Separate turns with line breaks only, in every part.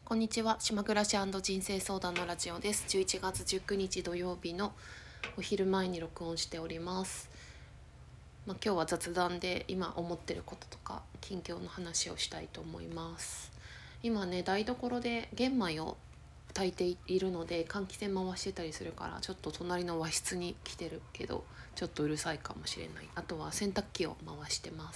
こんにちは。島暮らし人生相談のラジオです。11月19日土曜日のお昼前に録音しております。今日は雑談で今思ってることとか近況の話をしたいと思います。今ね、台所で玄米を炊いているので換気扇回してたりするから、ちょっと隣の和室に来てるけどちょっとうるさいかもしれない。あとは洗濯機を回してます。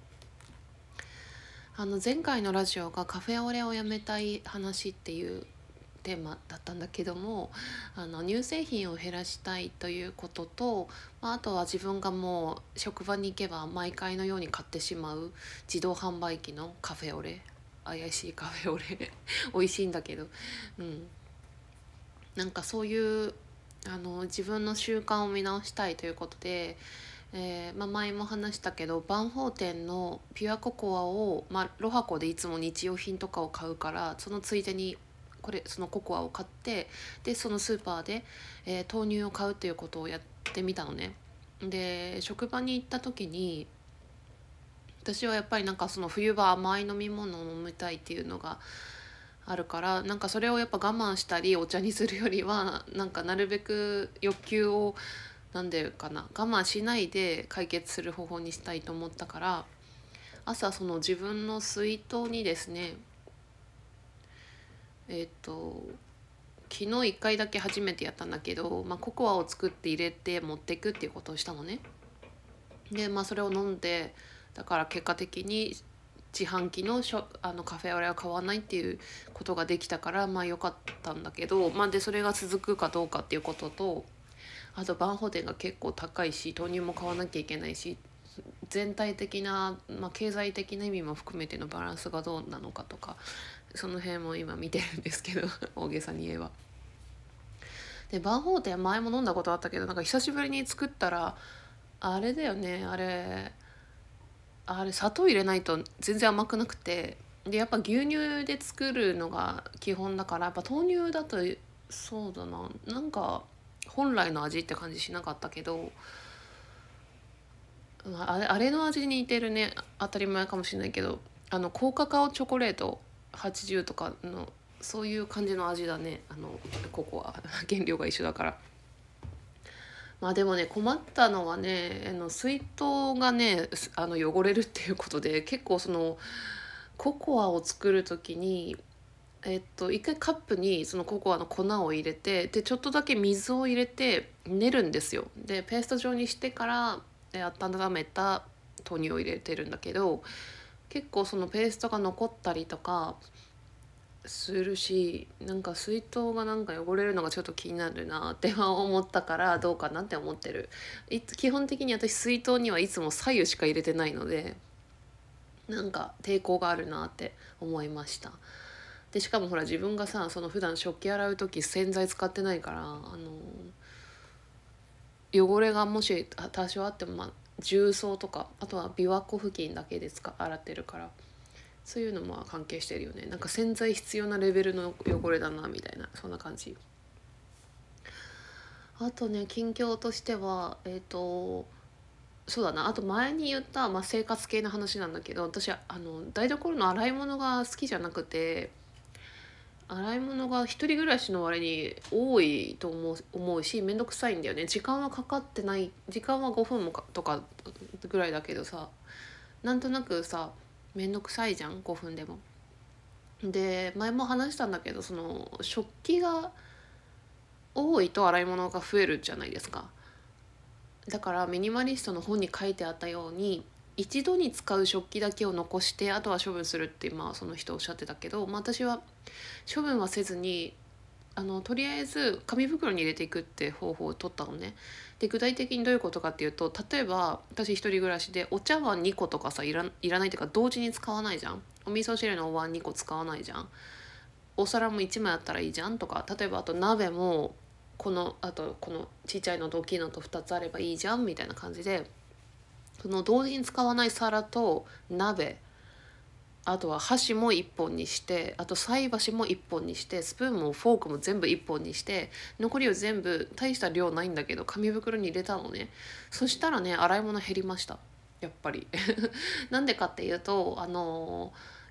前回のラジオがカフェオレをやめたい話っていうテーマだったんだけども、乳製品を減らしたいということと、あとは自分がもう職場に行けば毎回のように買ってしまう自動販売機のカフェオレ、怪しいカフェオレ美味しいんだけど、なんかそういう自分の習慣を見直したいということで、前も話したけどバンホーテンのピュアココアを、ロハコでいつも日用品とかを買うから、そのついでにそのココアを買って、でそのスーパーで、豆乳を買うっていうことをやってみたのね。で職場に行った時に、私はやっぱりなんかその冬場甘い飲み物を飲みたいっていうのがあるから、なんかそれをやっぱ我慢したりお茶にするよりは、なんかなるべく欲求をなんでかな我慢しないで解決する方法にしたいと思ったから、朝その自分の水筒にですね、昨日1回だけ初めてやったんだけど、ココアを作って入れて持っていくっていうことをしたのね。でそれを飲んで、だから結果的に自販機のカフェオレは買わないっていうことができたから、良かったんだけど、でそれが続くかどうかっていうことと、あとバンホテンが結構高いし豆乳も買わなきゃいけないし、全体的な、経済的な意味も含めてのバランスがどうなのかとか、その辺も今見てるんですけど大げさに言えば。でバンホーテン前も飲んだことあったけど、なんか久しぶりに作ったらあれだよね、あれ砂糖入れないと全然甘くなくて、でやっぱ牛乳で作るのが基本だから、やっぱ豆乳だとそうだな、なんか本来の味って感じしなかったけど、あれの味に似てるね。当たり前かもしれないけど、高カカオチョコレート80とかのそういう感じの味だね。ここは原料が一緒だから。でもね、困ったのはね、水筒がね汚れるっていうことで、結構そのココアを作る時に一回カップにそのココアの粉を入れて、でちょっとだけ水を入れて練るんですよ。でペースト状にしてから温めた豆乳を入れてるんだけど、結構そのペーストが残ったりとかするし、なんか水筒がなんか汚れるのがちょっと気になるなって思ったから、どうかなって思ってる。基本的に私水筒にはいつも左右しか入れてないので、なんか抵抗があるなって思いました。でしかもほら、自分がさ、その普段食器洗う時洗剤使ってないから、汚れがもし多少あっても、重曹とか、あとは琵琶湖付近だけで洗ってるから、そういうのも関係してるよね。なんか洗剤必要なレベルの汚れだなみたいな、そんな感じ。あとね、近況としてはそうだな、あと前に言った、生活系の話なんだけど、私台所の洗い物が好きじゃなくて、洗い物が一人暮らしの割に多いと思うし、めんどくさいんだよね。時間はかかってない、時間は5分とかぐらいだけどさ、なんとなくさめんどくさいじゃん、5分でも。で前も話したんだけど、その食器が多いと洗い物が増えるじゃないですか。だからミニマリストの本に書いてあったように、一度に使う食器だけを残してあとは処分するって、その人おっしゃってたけど、私は処分はせずにとりあえず紙袋に入れていくって方法を取ったのね。で具体的にどういうことかっていうと、例えば私一人暮らしでお茶碗2個とかさ、いらないっていうか同時に使わないじゃん。お味噌汁のお椀2個使わないじゃん。お皿も1枚あったらいいじゃんとか、例えばあと鍋もこのちっちゃいのと大きいのと2つあればいいじゃんみたいな感じで、その同時に使わない皿と鍋、あとは箸も1本にして、あと菜箸も1本にして、スプーンもフォークも全部1本にして、残りを全部大した量ないんだけど紙袋に入れたのね。そしたらね、洗い物減りました、やっぱりなんでかっていうと、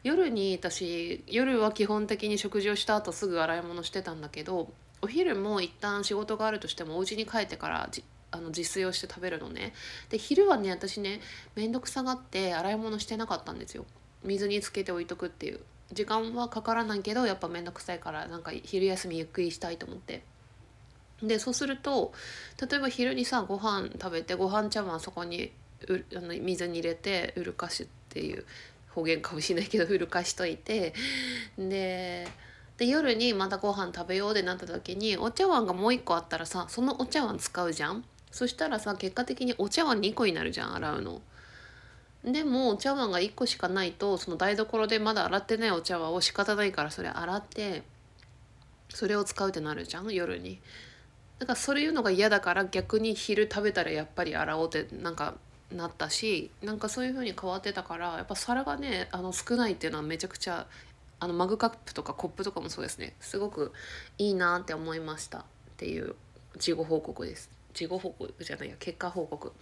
夜に夜は基本的に食事をした後すぐ洗い物してたんだけど、お昼も一旦仕事があるとしてもお家に帰ってから自炊をして食べるのね。で昼はね私ね、めんどくさがって洗い物してなかったんですよ。水につけて置いとくっていう時間はかからないけど、やっぱめんどくさいからなんか昼休みゆっくりしたいと思って。でそうすると、例えば昼にさご飯食べて、ご飯茶碗そこに水に入れてうるかしっていう方言かもしれないけどうるかしといて、で夜にまたご飯食べようでなった時にお茶碗がもう一個あったらさ、そのお茶碗使うじゃん。そしたらさ結果的にお茶碗2個になるじゃん、洗うの。でもお茶碗が1個しかないと、その台所でまだ洗ってないお茶碗を仕方ないからそれ洗ってそれを使うってなるじゃん、夜に。だからそういうのが嫌だから、逆に昼食べたらやっぱり洗おうってなんかなったし、なんかそういう風に変わってたから、やっぱ皿がね少ないっていうのはめちゃくちゃ、マグカップとかコップとかもそうですね、すごくいいなって思いましたっていう事後報告です。事後報告じゃないや、結果報告。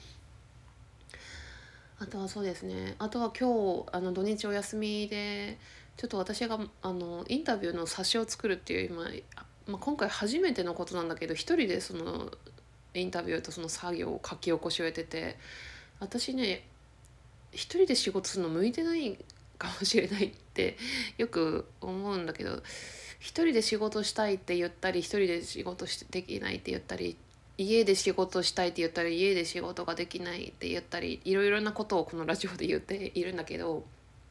あとはそうですね、あとは今日土日お休みで、ちょっと私がインタビューの冊子を作るっていう今回初めてのことなんだけど、一人でそのインタビューとその作業を書き起こしをやってて、私ね一人で仕事するの向いてないかもしれないってよく思うんだけど、一人で仕事したいって言ったり、一人で仕事できないって言ったり、家で仕事したいって言ったり、家で仕事ができないって言ったり、いろいろなことをこのラジオで言っているんだけど、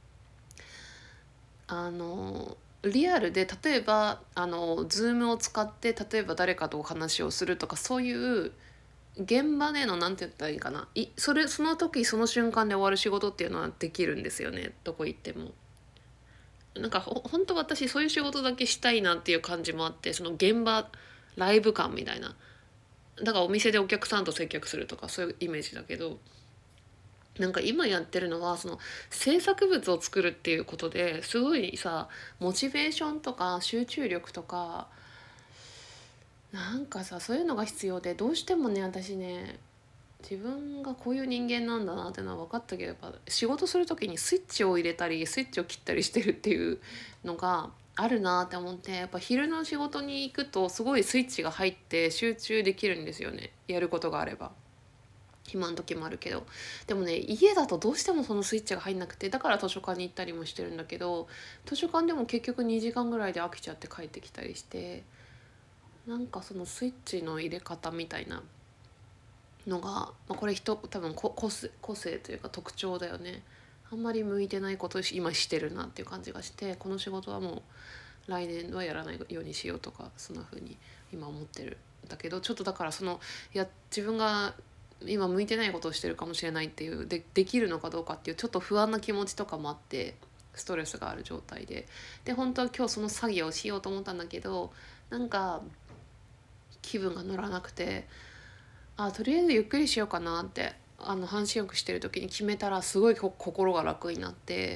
あのリアルで例えばズームを使って例えば誰かとお話をするとか、そういう現場でのなんて言ったらいいかな、その時その瞬間で終わる仕事っていうのはできるんですよね、どこ行っても。なんか本当私そういう仕事だけしたいなっていう感じもあって、その現場ライブ感みたいな。だからお店でお客さんと接客するとかそういうイメージだけど、なんか今やってるのはその制作物を作るっていうことですごいさ、モチベーションとか集中力とかなんかさ、そういうのが必要で、どうしてもね私ね、自分がこういう人間なんだなっていうのは分かったけど、やっぱ仕事する時にスイッチを入れたりスイッチを切ったりしてるっていうのがあるなって思って、やっぱ昼の仕事に行くとすごいスイッチが入って集中できるんですよね、やることがあれば。暇の時もあるけど、でもね家だとどうしてもそのスイッチが入んなくて、だから図書館に行ったりもしてるんだけど、図書館でも結局2時間ぐらいで飽きちゃって帰ってきたりして、なんかそのスイッチの入れ方みたいなのが、これ多分個性というか特徴だよね。あんまり向いてないことを今してるなっていう感じがして、この仕事はもう来年はやらないようにしようとか、そんな風に今思ってるんだけど、ちょっとだから自分が今向いてないことをしてるかもしれないっていう、できるのかどうかっていうちょっと不安な気持ちとかもあって、ストレスがある状態で本当は今日その作業をしようと思ったんだけど、なんか気分が乗らなくて、とりあえずゆっくりしようかなって半身浴してる時に決めたら、すごい心が楽になって、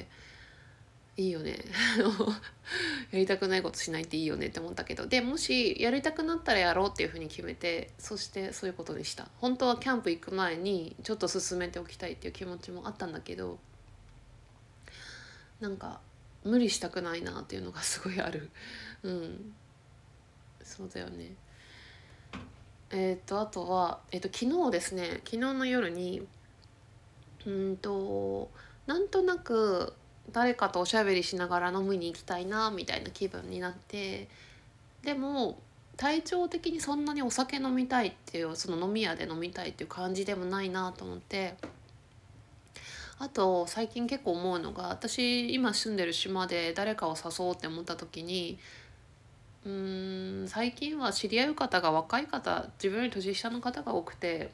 いいよねやりたくないことしないっていいよねって思ったけど、でもしやりたくなったらやろうっていうふうに決めて、そしてそういうことにした。本当はキャンプ行く前にちょっと進めておきたいっていう気持ちもあったんだけど、なんか無理したくないなっていうのがすごいある。うん、そうだよね。あとは、昨日ですね、昨日の夜になんとなく誰かとおしゃべりしながら飲みに行きたいなみたいな気分になって、でも体調的にそんなにお酒飲みたいっていう、その飲み屋で飲みたいっていう感じでもないなと思って、あと最近結構思うのが、私今住んでる島で誰かを誘おうって思った時に、最近は知り合う方が若い方、自分より年下の方が多くて、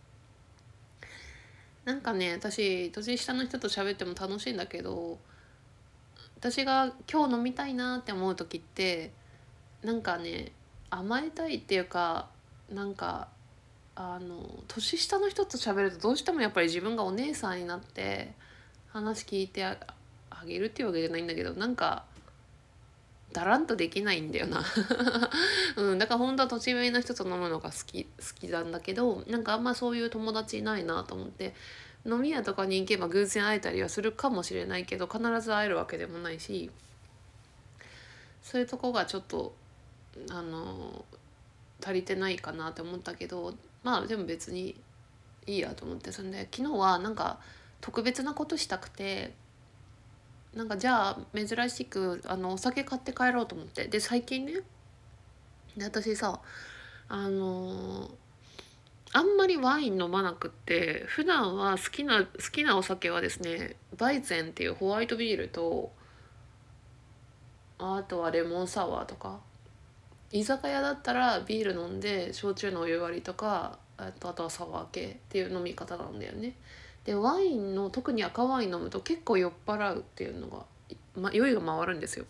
なんかね私年下の人と喋っても楽しいんだけど、私が今日飲みたいなって思う時って、なんかね甘えたいっていうか、なんか年下の人と喋るとどうしてもやっぱり自分がお姉さんになって話聞いてあげるっていうわけじゃないんだけど、なんかだらんとできないんだよなだから本当は年上の人と飲むのが好きなんだけど、なんかあんまそういう友達いないなと思って、 飲み屋とかに行けば偶然会えたりはするかもしれないけど、必ず会えるわけでもないし、そういうとこがちょっとあの足りてないかなって思ったけど、まあでも別にいいやと思って。そんで昨日はなんか特別なことしたくて、なんかじゃあ珍しくお酒買って帰ろうと思って。で最近ね、で私さ、あんまりワイン飲まなくって、普段は好きなお酒はですね、バイゼンっていうホワイトビールと、あとはレモンサワーとか、居酒屋だったらビール飲んで焼酎のお湯割りとか、あとはサワー系っていう飲み方なんだよね。でワインの特に赤ワイン飲むと結構酔っ払うっていうのが、酔いが回るんですよ。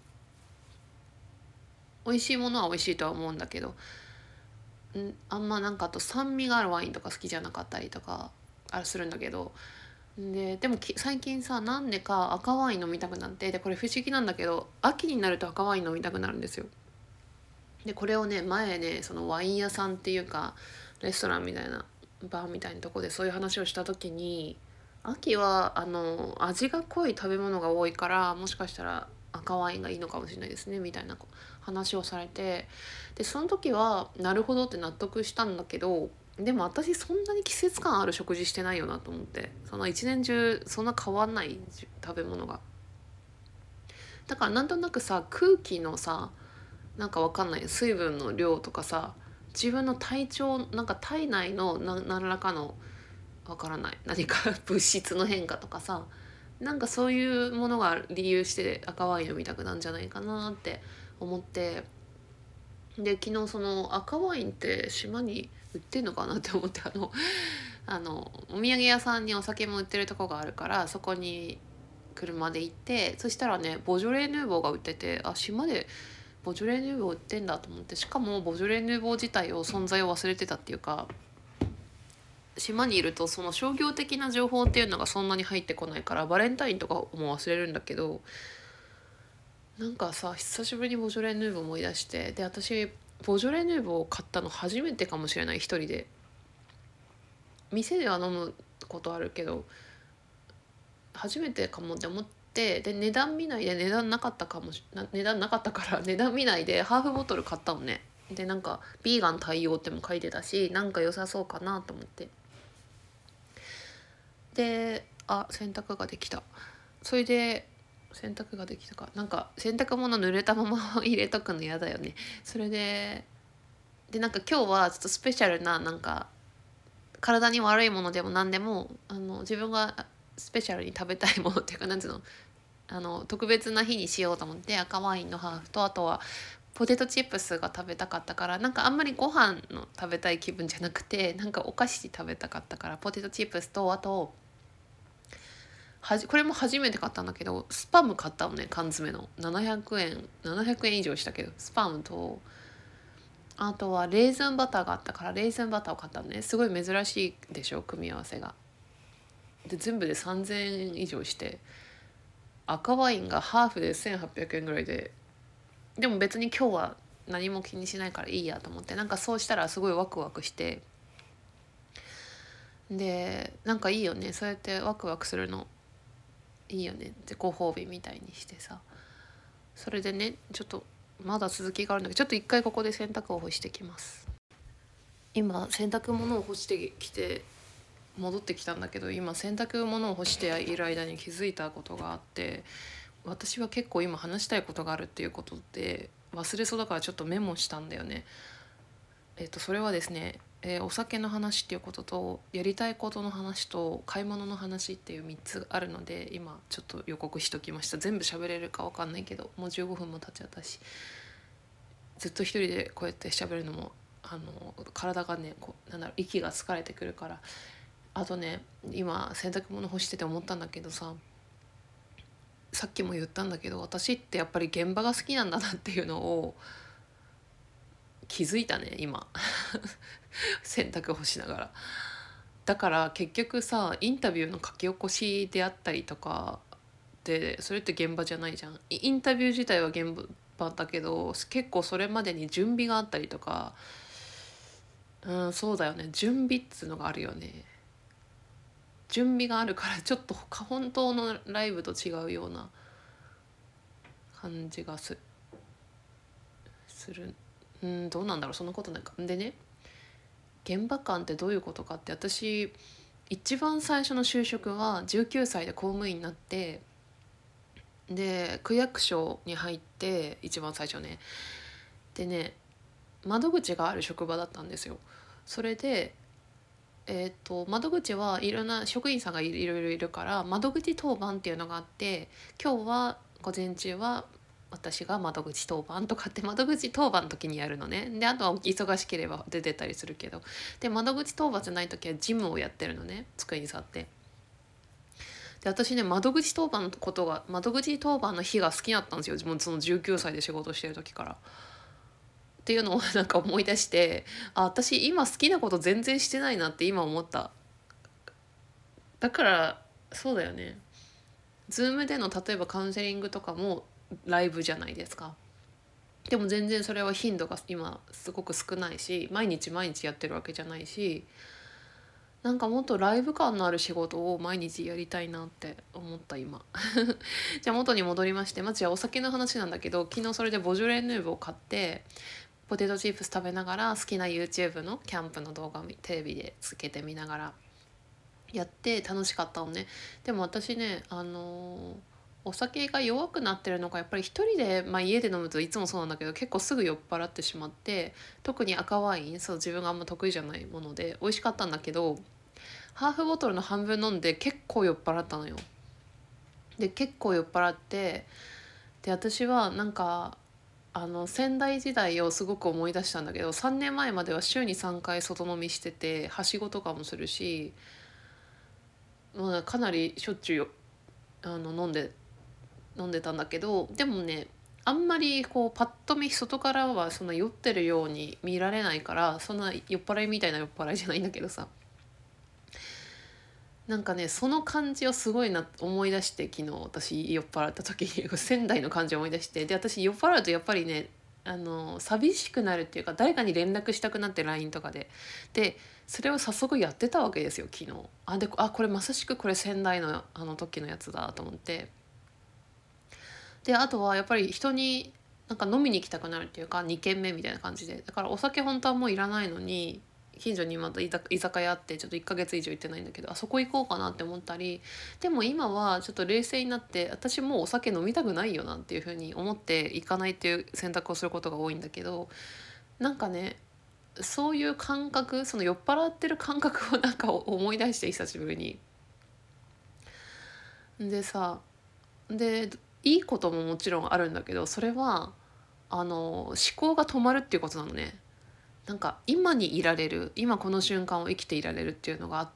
美味しいものは美味しいとは思うんだけど、あんまなんかあと酸味があるワインとか好きじゃなかったりとかするんだけど、でも最近さ、なんでか赤ワイン飲みたくなって、でこれ不思議なんだけど、秋になると赤ワイン飲みたくなるんですよ。でこれをね、前ね、そのワイン屋さんっていうかレストランみたいなバーみたいなとこでそういう話をした時に、秋は味が濃い食べ物が多いから、もしかしたら赤ワインがいいのかもしれないですねみたいな話をされて、でその時はなるほどって納得したんだけど、でも私そんなに季節感ある食事してないよなと思って。その一年中そんな変わんない食べ物が。だからなんとなくさ、空気のさ、なんかわかんない水分の量とかさ、自分の体調、なんか体内の何らかのわからない何か物質の変化とかさ、なんかそういうものが理由して赤ワイン飲みたくなんじゃないかなって思って。で昨日その赤ワインって島に売ってんのかなって思って、お土産屋さんにお酒も売ってるとこがあるから、そこに車で行って、そしたらねボジョレ・ヌーボーが売ってて、あ、島でボジョレ・ヌーボー売ってんだと思って。しかもボジョレ・ヌーボー自体を存在を忘れてたっていうか、島にいるとその商業的な情報っていうのがそんなに入ってこないから、バレンタインとかも忘れるんだけど、なんかさ久しぶりにボジョレ・ヌーボー思い出して、で私ボジョレ・ヌーボーを買ったの初めてかもしれない、一人で。店では飲むことあるけど初めてかもって思って、で値段見ないで、値段なかったから値段見ないでハーフボトル買ったのね。でなんかビーガン対応っても書いてたし、なんか良さそうかなと思って。で洗濯ができた。それで洗濯ができたか、なんか洗濯物濡れたまま入れとくの嫌だよね。それでなんか今日はちょっとスペシャルな、なんか体に悪いものでも何でも自分がスペシャルに食べたいものっていうか、なんつうの、特別な日にしようと思って赤ワインのハーフと、あとはポテトチップスが食べたかったから、なんかあんまりご飯の食べたい気分じゃなくて、なんかお菓子食べたかったからポテトチップスと、あとこれも初めて買ったんだけど、スパム買ったのね、缶詰の700円以上したけど、スパムと、あとはレーズンバターがあったからレーズンバターを買ったのね。すごい珍しいでしょ、組み合わせが。で全部で3000円以上して、赤ワインがハーフで1800円ぐらいで、でも別に今日は何も気にしないからいいやと思って、なんかそうしたらすごいワクワクして、でなんかいいよね、そうやってワクワクするのいいよねってご褒美みたいにしてさ。それでね、ちょっとまだ続きがあるんだけど、ちょっと一回ここで洗濯を干してきます。今洗濯物を干してきて戻ってきたんだけど、今洗濯物を干している間に気づいたことがあって、私は結構今話したいことがあるっていうことで忘れそうだからちょっとメモしたんだよね。それはですね、お酒の話っていうことと、やりたいことの話と買い物の話っていう3つあるので、今ちょっと予告しときました。全部喋れるか分かんないけど、もう15分も経っちゃったし、ずっと一人でこうやって喋るのも体がね、なんだろう、息が疲れてくるから。あとね、今洗濯物干してて思ったんだけどさ、さっきも言ったんだけど、私ってやっぱり現場が好きなんだなっていうのを気づいたね今。洗濯干しながら。だから結局さ、インタビューの書き起こしであったりとかで、それって現場じゃないじゃん。インタビュー自体は現場だけど、結構それまでに準備があったりとか、そうだよね、準備っつうのがあるよね。 準備があるからちょっと本当のライブと違うような感じがする。どうなんだろう、そんなことないか。でね、現場感ってどういうことかって、私一番最初の就職は19歳で公務員になって、で区役所に入って一番最初ね、でね窓口がある職場だったんですよ。それで窓口はいろんな職員さんがいろいろいるから、窓口当番っていうのがあって、今日は午前中は私が窓口当番とかって窓口当番の時にやるのね。であとは忙しければ出てたりするけど、で窓口当番じゃない時は事務をやってるのね、机に座って。で私ね、窓口当番の日が好きだったんですよ、もうその19歳で仕事してる時から。っていうのをなんか思い出して、私今好きなこと全然してないなって今思った。だからそうだよね、ズームでの例えばカウンセリングとかもライブじゃないですか。でも全然それは頻度が今すごく少ないし、毎日毎日やってるわけじゃないし、なんかもっとライブ感のある仕事を毎日やりたいなって思った今。じゃあ元に戻りまして、まずはお酒の話なんだけど、昨日それでボジョレ・ヌーボーを買ってポテトチップス食べながら好きな YouTube のキャンプの動画をテレビでつけて見ながらやって楽しかったのね。でも私ね、お酒が弱くなってるのがやっぱり一人で、家で飲むといつもそうなんだけど結構すぐ酔っ払ってしまって、特に赤ワイン、そう自分があんま得意じゃないもので美味しかったんだけど、ハーフボトルの半分飲んで結構酔っ払ったのよ。で結構酔っ払って、で私はなんか仙台時代をすごく思い出したんだけど、3年前までは週に3回外飲みしてて、はしごとかもするし、もうかなりしょっちゅう飲んでたんだけど、でもねあんまりこうパッと見外からはそんな酔ってるように見られないから、そんな酔っ払いみたいな酔っ払いじゃないんだけどさ、なんかねその感じをすごい思い出して、昨日私酔っ払った時に仙台の感じを思い出して、で私酔っ払うとやっぱりね寂しくなるっていうか、誰かに連絡したくなって LINE とかでそれを早速やってたわけですよ昨日。これまさしくこれ仙台のあの時のやつだと思って、であとはやっぱり人になんか飲みに行きたくなるっていうか、2軒目みたいな感じで、だからお酒本当はもういらないのに近所にまた居酒屋あって、ちょっと1ヶ月以上行ってないんだけど、あそこ行こうかなって思ったり、でも今はちょっと冷静になって、私もうお酒飲みたくないよなっていうふうに思って行かないっていう選択をすることが多いんだけど、なんかねそういう感覚、その酔っ払ってる感覚をなんか思い出して久しぶりに。でさ、でいいことももちろんあるんだけど、それは思考が止まるっていうことなのね。なんか今にいられる、今この瞬間を生きていられるっていうのがあって、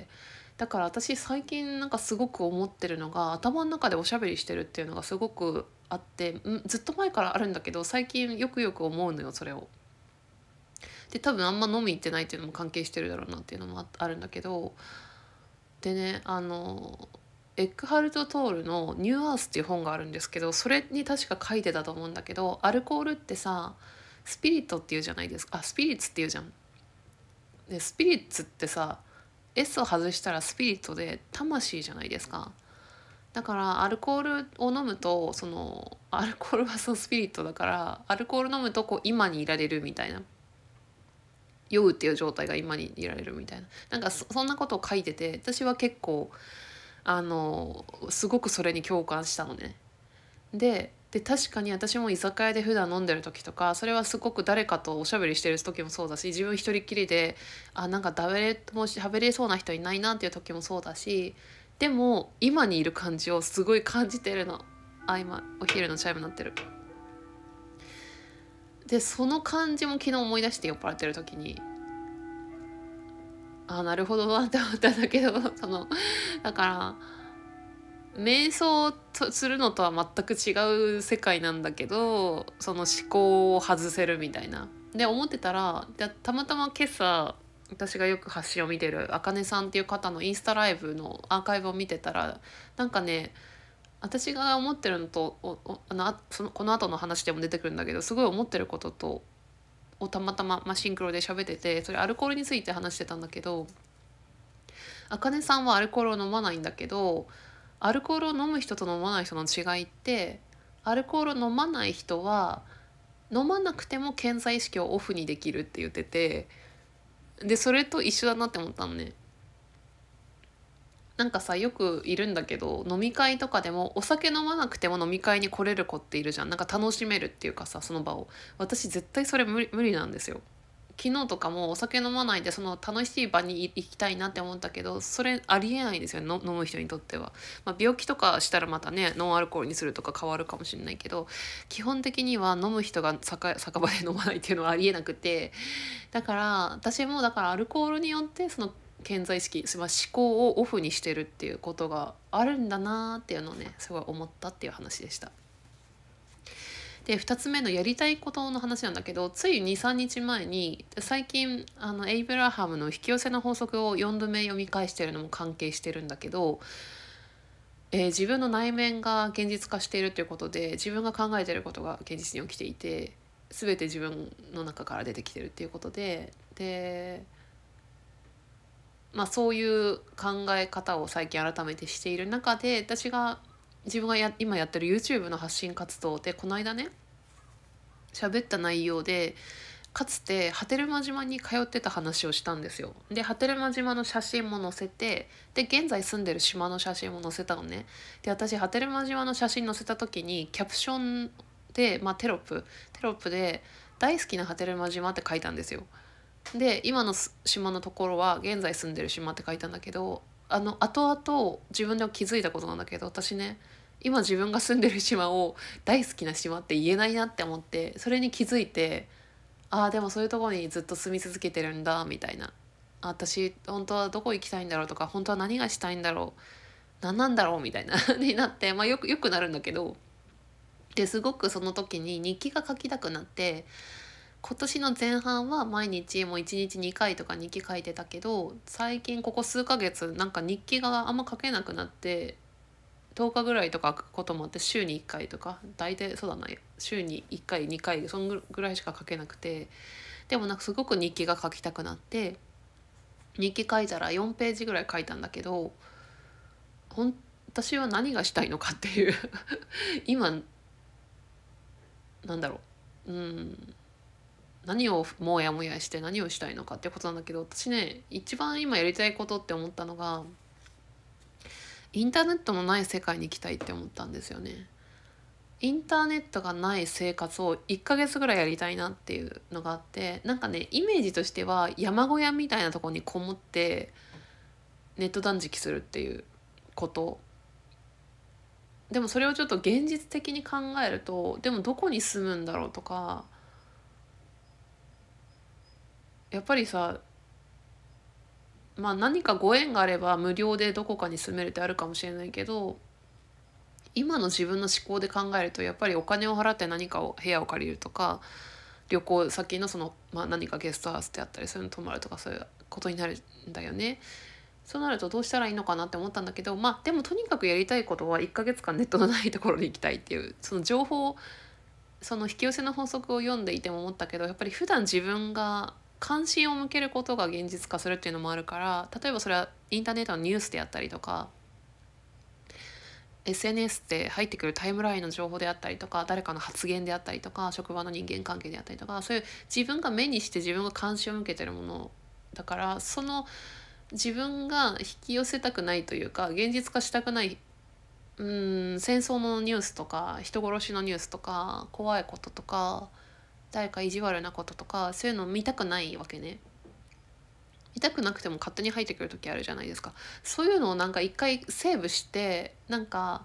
だから私最近なんかすごく思ってるのが、頭の中でおしゃべりしてるっていうのがすごくあって、ずっと前からあるんだけど最近よくよく思うのよそれを。で多分あんま飲み行ってないっていうのも関係してるだろうなっていうのもあるんだけど、でねエッグハルト・トールの「ニューアース」っていう本があるんですけど、それに確か書いてたと思うんだけど、アルコールってさスピリットっていうじゃないですか、スピリッツっていうじゃん。でスピリッツってさ S を外したらスピリットで魂じゃないですか。だからアルコールを飲むと、そのアルコールはそのスピリットだから、アルコール飲むとこう今にいられるみたいな、酔うっていう状態が今にいられるみたいな、なんかそんなことを書いてて、私は結構すごくそれに共感したのね。で確かに私も居酒屋で普段飲んでる時とか、それはすごく誰かとおしゃべりしてる時もそうだし、自分一人っきりでなんか誰とも喋れそうな人いないなっていう時もそうだし、でも今にいる感じをすごい感じてるの。今お昼のチャイム鳴ってる。でその感じも昨日思い出して、酔っ払ってる時になるほどなって思ったんだけど、だから瞑想するのとは全く違う世界なんだけど、その思考を外せるみたいなで思ってたら、たまたま今朝私がよく発信を見てるあかねさんっていう方のインスタライブのアーカイブを見てたら、なんかね私が思ってるのとこの後の話でも出てくるんだけど、すごい思ってることとたまたま、シンクロで喋ってて、それアルコールについて話してたんだけど、 あかねさんはアルコールを飲まないんだけど、アルコールを飲む人と飲まない人の違いって、アルコールを飲まない人は飲まなくても健在意識をオフにできるって言ってて、でそれと一緒だなって思ったのね。なんかさ、よくいるんだけど、飲み会とかでもお酒飲まなくても飲み会に来れる子っているじゃん。なんか楽しめるっていうかさ、その場を。私絶対それ無理なんですよ。昨日とかもお酒飲まないでその楽しい場に行きたいなって思ったけど、それありえないですよね、飲む人にとっては。まあ、病気とかしたらまたね、ノンアルコールにするとか変わるかもしれないけど、基本的には飲む人が酒場で飲まないっていうのはありえなくて、だから私もだからアルコールによってその健在意識、まあ、思考をオフにしてるっていうことがあるんだなっていうのをね、すごい思ったっていう話でした。で2つ目のやりたいことの話なんだけど、つい23日前に最近エイブラハムの引き寄せの法則を4度目読み返してるのも関係してるんだけど、自分の内面が現実化しているということで、自分が考えていることが現実に起きていて、全て自分の中から出てきてるっていうことで、まあ、そういう考え方を最近改めてしている中で、自分が今やってる YouTube の発信活動でこの間ね、喋った内容で、かつて波照間島に通ってた話をしたんですよ。で波照間島の写真も載せて、で現在住んでる島の写真も載せたのね。で私波照間島の写真載せた時にキャプションで、まあ、テロップで「大好きな波照間島」って書いたんですよ。で今の島のところは現在住んでる島って書いたんだけど、後々自分で気づいたことなんだけど、私ね、今自分が住んでる島を大好きな島って言えないなって思って、それに気づいて、ああでもそういうところにずっと住み続けてるんだみたいな、私本当はどこ行きたいんだろうとか、本当は何がしたいんだろう、何なんだろうみたいなになって、まあ、よくなるんだけど、ですごくその時に日記が書きたくなって、今年の前半は毎日もう1日2回とか日記書いてたけど、最近ここ数ヶ月なんか日記があんま書けなくなって、10日ぐらいとか書くこともあって、週に1回とか、大体そうだな、週に1回2回そんぐらいしか書けなくて、でもなんかすごく日記が書きたくなって、日記書いたら4ページぐらい書いたんだけど、私は何がしたいのかっていう今なんだろう、何をもやもやして何をしたいのかってことなんだけど、私ね、一番今やりたいことって思ったのが、インターネットのない世界に行きたいって思ったんですよね。インターネットがない生活を1ヶ月ぐらいやりたいなっていうのがあって、なんかね、イメージとしては山小屋みたいなところにこもってネット断食するっていうこと。でもそれをちょっと現実的に考えると、でもどこに住むんだろうとか、やっぱりさ、まあ何かご縁があれば無料でどこかに住めるってあるかもしれないけど、今の自分の思考で考えると、やっぱりお金を払って何かを部屋を借りるとか、旅行先のまあ、何かゲストハウスであったりそういうの泊まるとか、そういうことになるんだよね。そうなるとどうしたらいいのかなって思ったんだけど、まあでもとにかくやりたいことは1ヶ月間ネットのないところに行きたいっていう、その情報、その引き寄せの法則を読んでいても思ったけど、やっぱり普段自分が関心を向けることが現実化するっていうのもあるから、例えばそれはインターネットのニュースであったりとか、 SNS って入ってくるタイムラインの情報であったりとか、誰かの発言であったりとか、職場の人間関係であったりとか、そういう自分が目にして自分が関心を向けてるものだから、その自分が引き寄せたくないというか現実化したくない、戦争のニュースとか人殺しのニュースとか怖いこととか、誰か意地悪なこととか、そういうの見たくないわけね。見たくなくても勝手に入ってくる時あるじゃないですか。そういうのをなんか一回セーブして、なんか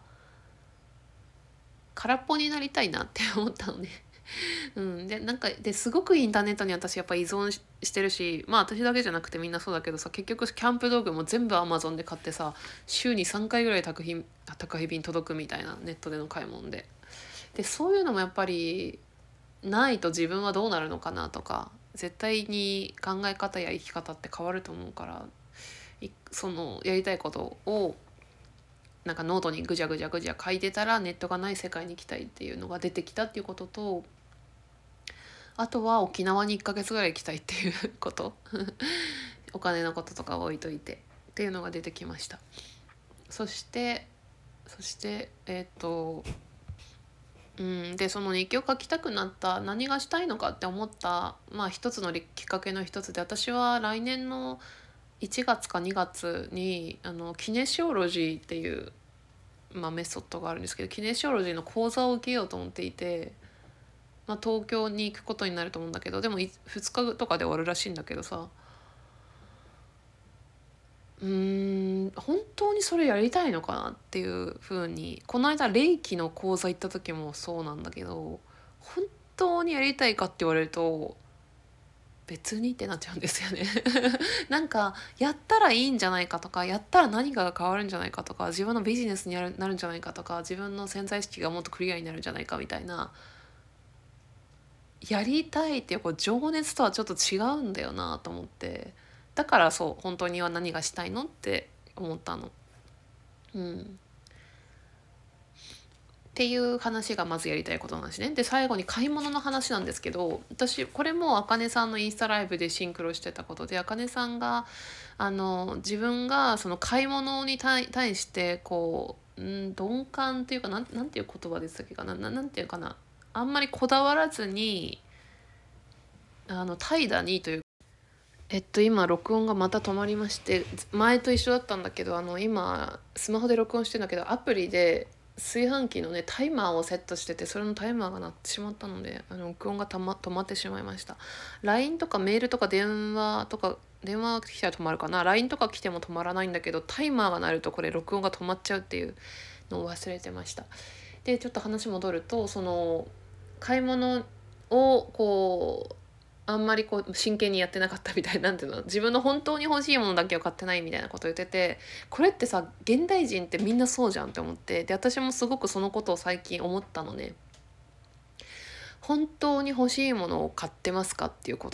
空っぽになりたいなって思ったのね。でなんかですごくインターネットに私やっぱ依存してるし、まあ私だけじゃなくてみんなそうだけどさ、結局キャンプ道具も全部アマゾンで買ってさ、週に3回ぐらい宅配便届くみたいな、ネットでの買い物でそういうのもやっぱりないと自分はどうなるのかなとか、絶対に考え方や生き方って変わると思うから、そのやりたいことをなんかノートにぐじゃぐじゃぐじゃ書いてたら、ネットがない世界に行きたいっていうのが出てきたっていうことと、あとは沖縄に1ヶ月ぐらい行きたいっていうことお金のこととか置いといてっっていうのが出てきました。そしてでその日記を書きたくなった、何がしたいのかって思った、一つのきっかけの一つで、私は来年の1月か2月にキネシオロジーっていう、メソッドがあるんですけど、キネシオロジーの講座を受けようと思っていて、東京に行くことになると思うんだけど、でも2日とかで終わるらしいんだけどさ、本当にそれやりたいのかなっていう風に、この間霊気の講座行った時もそうなんだけど、本当にやりたいかって言われると別にってなっちゃうんですよね。なんかやったらいいんじゃないかとか、やったら何かが変わるんじゃないかとか、自分のビジネスになるんじゃないかとか、自分の潜在意識がもっとクリアになるんじゃないかみたいな、やりたいっていう情熱とはちょっと違うんだよなと思って、だからそう本当には何がしたいのって思ったの。っていう話がまずやりたいことなんですね。で最後に買い物の話なんですけど、私これもあかねさんのインスタライブでシンクロしてたことで、あかねさんが自分がその買い物に対して鈍感っていうか、なんていう言葉でしたっけかな、なんていうかな、あんまりこだわらずに怠惰にという、今録音がまた止まりまして、前と一緒だったんだけど、今スマホで録音してんだけど、アプリで炊飯器のねタイマーをセットしてて、それのタイマーが鳴ってしまったので録音が止まってしまいました。 LINE とかメールとか電話が来たら止まるかな、 LINE とか来ても止まらないんだけど、タイマーが鳴るとこれ録音が止まっちゃうっていうのを忘れてました。でちょっと話戻ると、その買い物をあんまり真剣にやってなかったみたい、なんていうの、自分の本当に欲しいものだけを買ってないみたいなことを言ってて、これってさ現代人ってみんなそうじゃんって思って、で私もすごくそのことを最近思ったのね。本当に欲しいものを買ってますかっていうこと。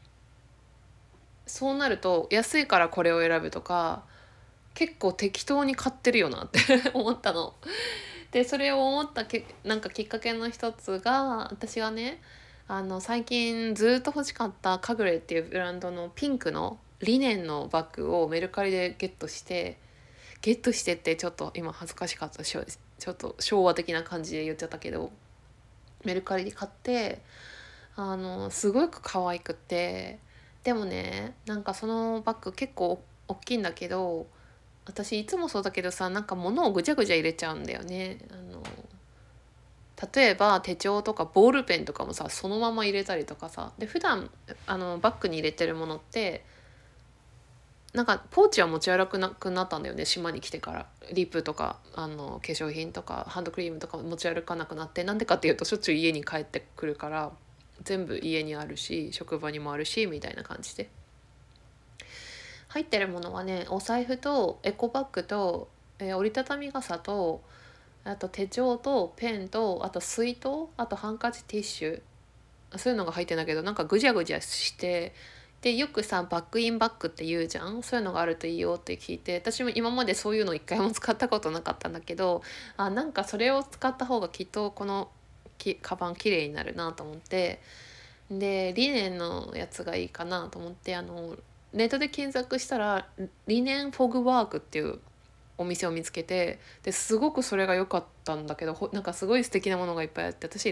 そうなると安いからこれを選ぶとか、結構適当に買ってるよなって思ったの。でそれを思ったなんかきっかけの一つが、私がね最近ずっと欲しかったカグレっていうブランドのピンクのリネンのバッグをメルカリでゲットしてってちょっと今恥ずかしかったし、ちょっと昭和的な感じで言っちゃったけど、メルカリで買って、すごく可愛くて、でもねなんかそのバッグ結構大きいんだけど、私いつもそうだけどさ、なんか物をぐちゃぐちゃ入れちゃうんだよね。例えば手帳とかボールペンとかもさそのまま入れたりとかさ、で普段バッグに入れてるものってなんかポーチは持ち歩くなくなったんだよね、島に来てから。リップとか化粧品とかハンドクリームとか持ち歩かなくなって、なんでかっていうとしょっちゅう家に帰ってくるから、全部家にあるし職場にもあるしみたいな感じで、入ってるものはね、お財布とエコバッグと、折りたたみ傘と、あと手帳とペンと、あと水筒、あとハンカチ、ティッシュ、そういうのが入ってんだけど、なんかぐじゃぐじゃして、でよくさバックインバッグって言うじゃん、そういうのがあるといいよって聞いて、私も今までそういうの一回も使ったことなかったんだけど、なんかそれを使った方がきっとこのカバン綺麗になるなと思って、でリネンのやつがいいかなと思って、ネットで検索したらリネンフォグワークっていうお店を見つけて、ですごくそれが良かったんだけど、なんかすごい素敵なものがいっぱいあって、私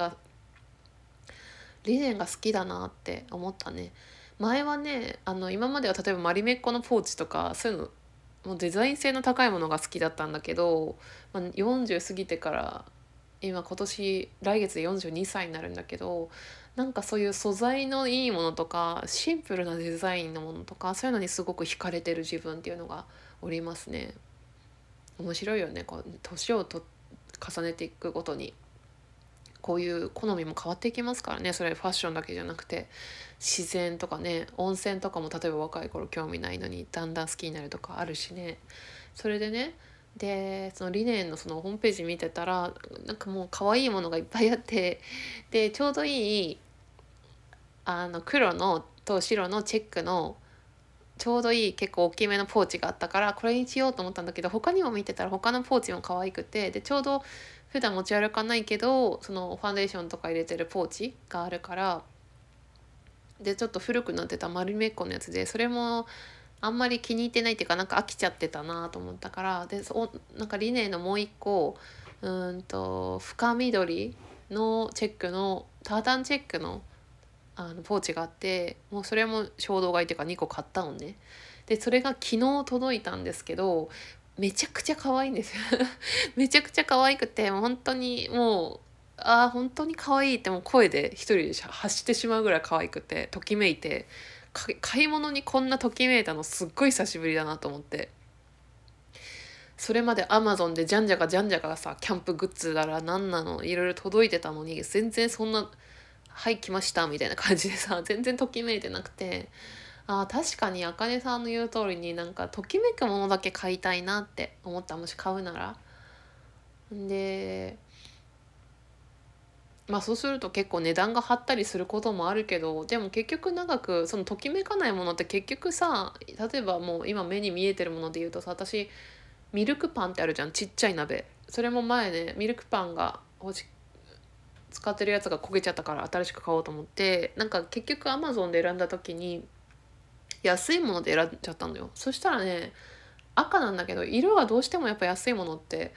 リネンが好きだなって思ったね。前はね今までは例えばマリメッコのポーチとかそういうの、もうデザイン性の高いものが好きだったんだけど、40過ぎてから、今来月で42歳になるんだけど、なんかそういう素材のいいものとかシンプルなデザインのものとか、そういうのにすごく惹かれてる自分っていうのがおりますね。面白いよね、年を重ねていくごとにこういう好みも変わっていきますからね。それファッションだけじゃなくて、自然とかね、温泉とかも例えば若い頃興味ないのにだんだん好きになるとかあるしね。それでね、でそのリネンのそのホームページ見てたら、なんかもう可愛いものがいっぱいあって、でちょうどいい黒のと白のチェックのちょうどいい結構大きめのポーチがあったから、これにしようと思ったんだけど、他にも見てたら他のポーチも可愛くて、でちょうど普段持ち歩かないけどそのファンデーションとか入れてるポーチがあるから、でちょっと古くなってた丸めっこのやつで、それもあんまり気に入ってないっていうか、なんか飽きちゃってたなと思ったから、でなんかリネンのもう一個深緑のチェックのタータンチェックのポーチがあって、もうそれも衝動買いっていうか2個買ったのね。でそれが昨日届いたんですけど、めちゃくちゃ可愛いんですよめちゃくちゃ可愛くて、もう本当にもう本当に可愛いってもう声で一人で発してしまうぐらい可愛くて、ときめいて、買い物にこんなときめいたのすっごい久しぶりだなと思って。それまでアマゾンでじゃんじゃかさ、キャンプグッズだらなんなのいろいろ届いてたのに、全然そんな「はい来ました」みたいな感じでさ、全然ときめいてなくて、確かにあかねさんの言う通りに、なんかときめくものだけ買いたいなって思った。もし買うなら。でそうすると結構値段が張ったりすることもあるけど、でも結局長くそのときめかないものって結局さ、例えばもう今目に見えてるもので言うとさ、私ミルクパンってあるじゃん、ちっちゃい鍋。それも前ね、ミルクパンが使ってるやつが焦げちゃったから新しく買おうと思って、なんか結局アマゾンで選んだ時に安いもので選んじゃったのよ。そしたらね、赤なんだけど色はどうしてもやっぱ安いものって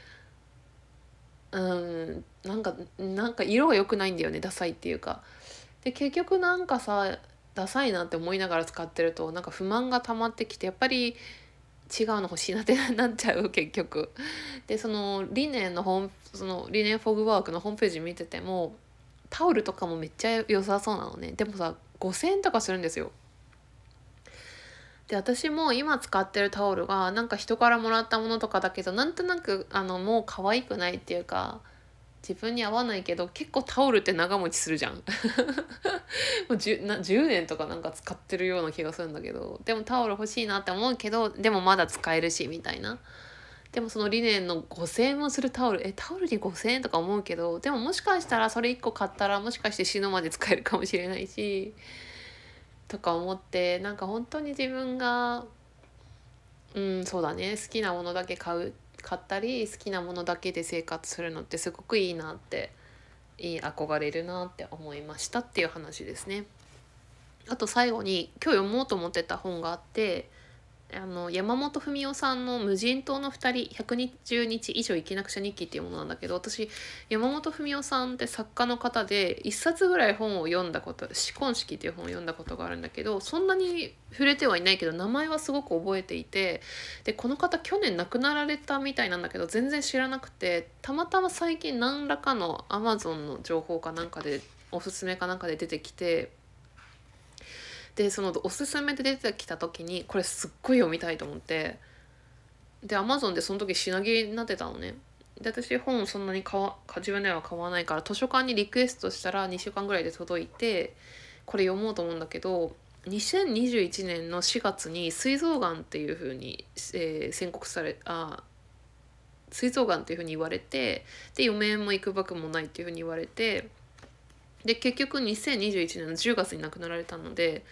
なんか色が良くないんだよね、ダサいっていうか。で結局なんかさ、ダサいなって思いながら使ってるとなんか不満が溜まってきて、やっぱり違うの欲しいなってなっちゃう結局。でそのリネンフォグワークのホームページ見てても、タオルとかもめっちゃ良さそうなのね。でもさ5,000円とかするんですよ。で私も今使ってるタオルがなんか人からもらったものとかだけど、なんとなくもう可愛くないっていうか、自分に合わないけど、結構タオルって長持ちするじゃんもう10年とかなんか使ってるような気がするんだけど、でもタオル欲しいなって思うけど、でもまだ使えるしみたいな。でもそのリネンの5,000円もするタオル、タオルに5,000円とか思うけど、でももしかしたらそれ1個買ったらもしかして死ぬまで使えるかもしれないしとか思って、なんか本当に自分がそうだね、好きなものだけ買ったり、好きなものだけで生活するのってすごくいいなって、憧れるなって思いましたっていう話ですね。あと最後に今日読もうと思ってた本があって、山本文夫さんの「無人島の2人120日以上生きなくちゃ日記」っていうものなんだけど、私山本文夫さんって作家の方で一冊ぐらい本を読んだこと、「紫根式」っていう本を読んだことがあるんだけど、そんなに触れてはいないけど名前はすごく覚えていて、でこの方去年亡くなられたみたいなんだけど全然知らなくて、たまたま最近何らかの Amazon の情報かなんかで、おすすめかなんかで出てきて、でそのおすすめで出てきた時にこれすっごい読みたいと思って、で Amazon でその時品切れになってたのね。で私本そんなに自分では買わないから図書館にリクエストしたら2週間ぐらいで届いて、これ読もうと思うんだけど、2021年の4月に膵臓がんっていう風に、宣告され膵臓がんっていう風に言われて、で余命もいくばくもないっていう風に言われて、で結局2021年の10月に亡くなられたので、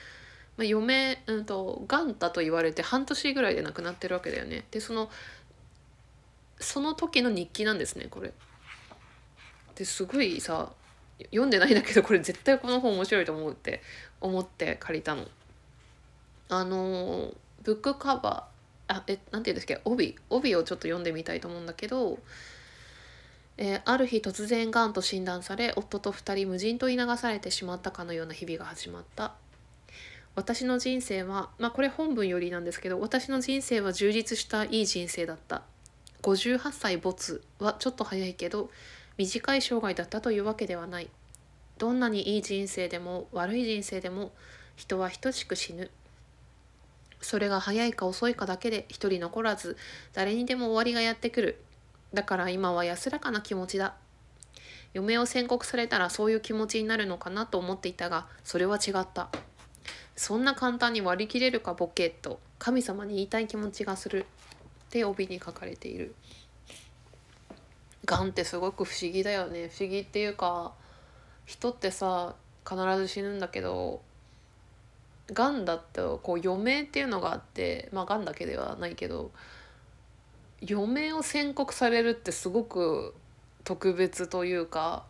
がんだと言われて半年ぐらいで亡くなってるわけだよね。でその時の日記なんですねこれ。ですごいさ、読んでないんだけどこれ絶対この本面白いと思うって思って借りたの。ブックカバー、なんていうんですか、帯をちょっと読んでみたいと思うんだけど、ある日突然がんと診断され、夫と2人無人島に流されてしまったかのような日々が始まった。私の人生は、これ本文よりなんですけど、私の人生は充実したいい人生だった。58歳没はちょっと早いけど、短い生涯だったというわけではない。どんなにいい人生でも悪い人生でも、人は等しく死ぬ。それが早いか遅いかだけで一人残らず、誰にでも終わりがやってくる。だから今は安らかな気持ちだ。嫁を宣告されたらそういう気持ちになるのかなと思っていたが、それは違った。そんな簡単に割り切れるかボケと神様に言いたい気持ちがするって帯に書かれている。がんってすごく不思議だよね。不思議っていうか、人ってさ必ず死ぬんだけど、がんだとこう余命っていうのがあって、がんだけではないけど余命を宣告されるってすごく特別というか、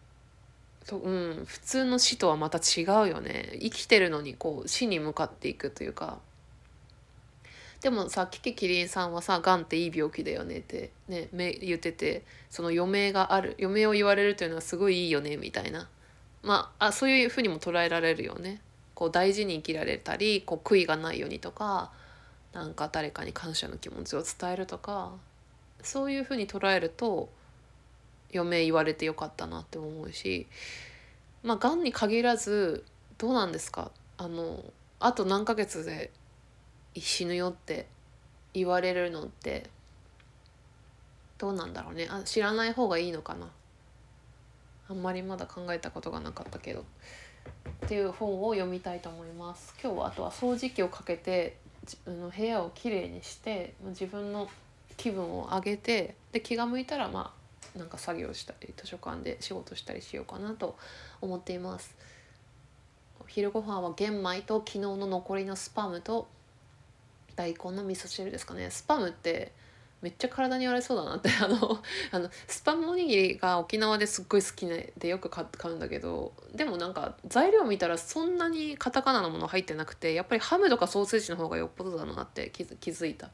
普通の死とはまた違うよね。生きてるのにこう死に向かっていくというか、 でもさ、キキキリンさんはさ、がんっていい病気だよねってね、言ってて、その余命がある、余命を言われるというのはすごいいいよねみたいな。そういうふうにも捉えられるよね。こう大事に生きられたり、こう悔いがないようにとか、なんか誰かに感謝の気持ちを伝えるとか、そういうふうに捉えると余命言われてよかったなって思うし、がんに限らずどうなんですか？あと何ヶ月で死ぬよって言われるのってどうなんだろうね。知らない方がいいのかな。あんまりまだ考えたことがなかったけどっていう本を読みたいと思います。今日はあとは掃除機をかけて部屋をきれいにして自分の気分を上げて、で気が向いたらなんか作業したり図書館で仕事したりしようかなと思っています。昼ご飯は玄米と昨日の残りのスパムと大根の味噌汁ですかね。スパムってめっちゃ体に悪いそうだなってスパムおにぎりが沖縄ですっごい好きでよく買うんだけど、でもなんか材料見たらそんなにカタカナのもの入ってなくて、やっぱりハムとかソーセージの方がよっぽどだなって気づいた。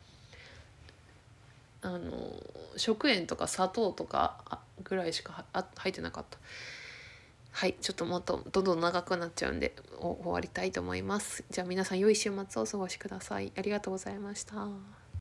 食塩とか砂糖とかぐらいしか入ってなかった。はい、ちょっともっとどんどん長くなっちゃうんで終わりたいと思います。じゃあ皆さん良い週末をお過ごしください。ありがとうございました。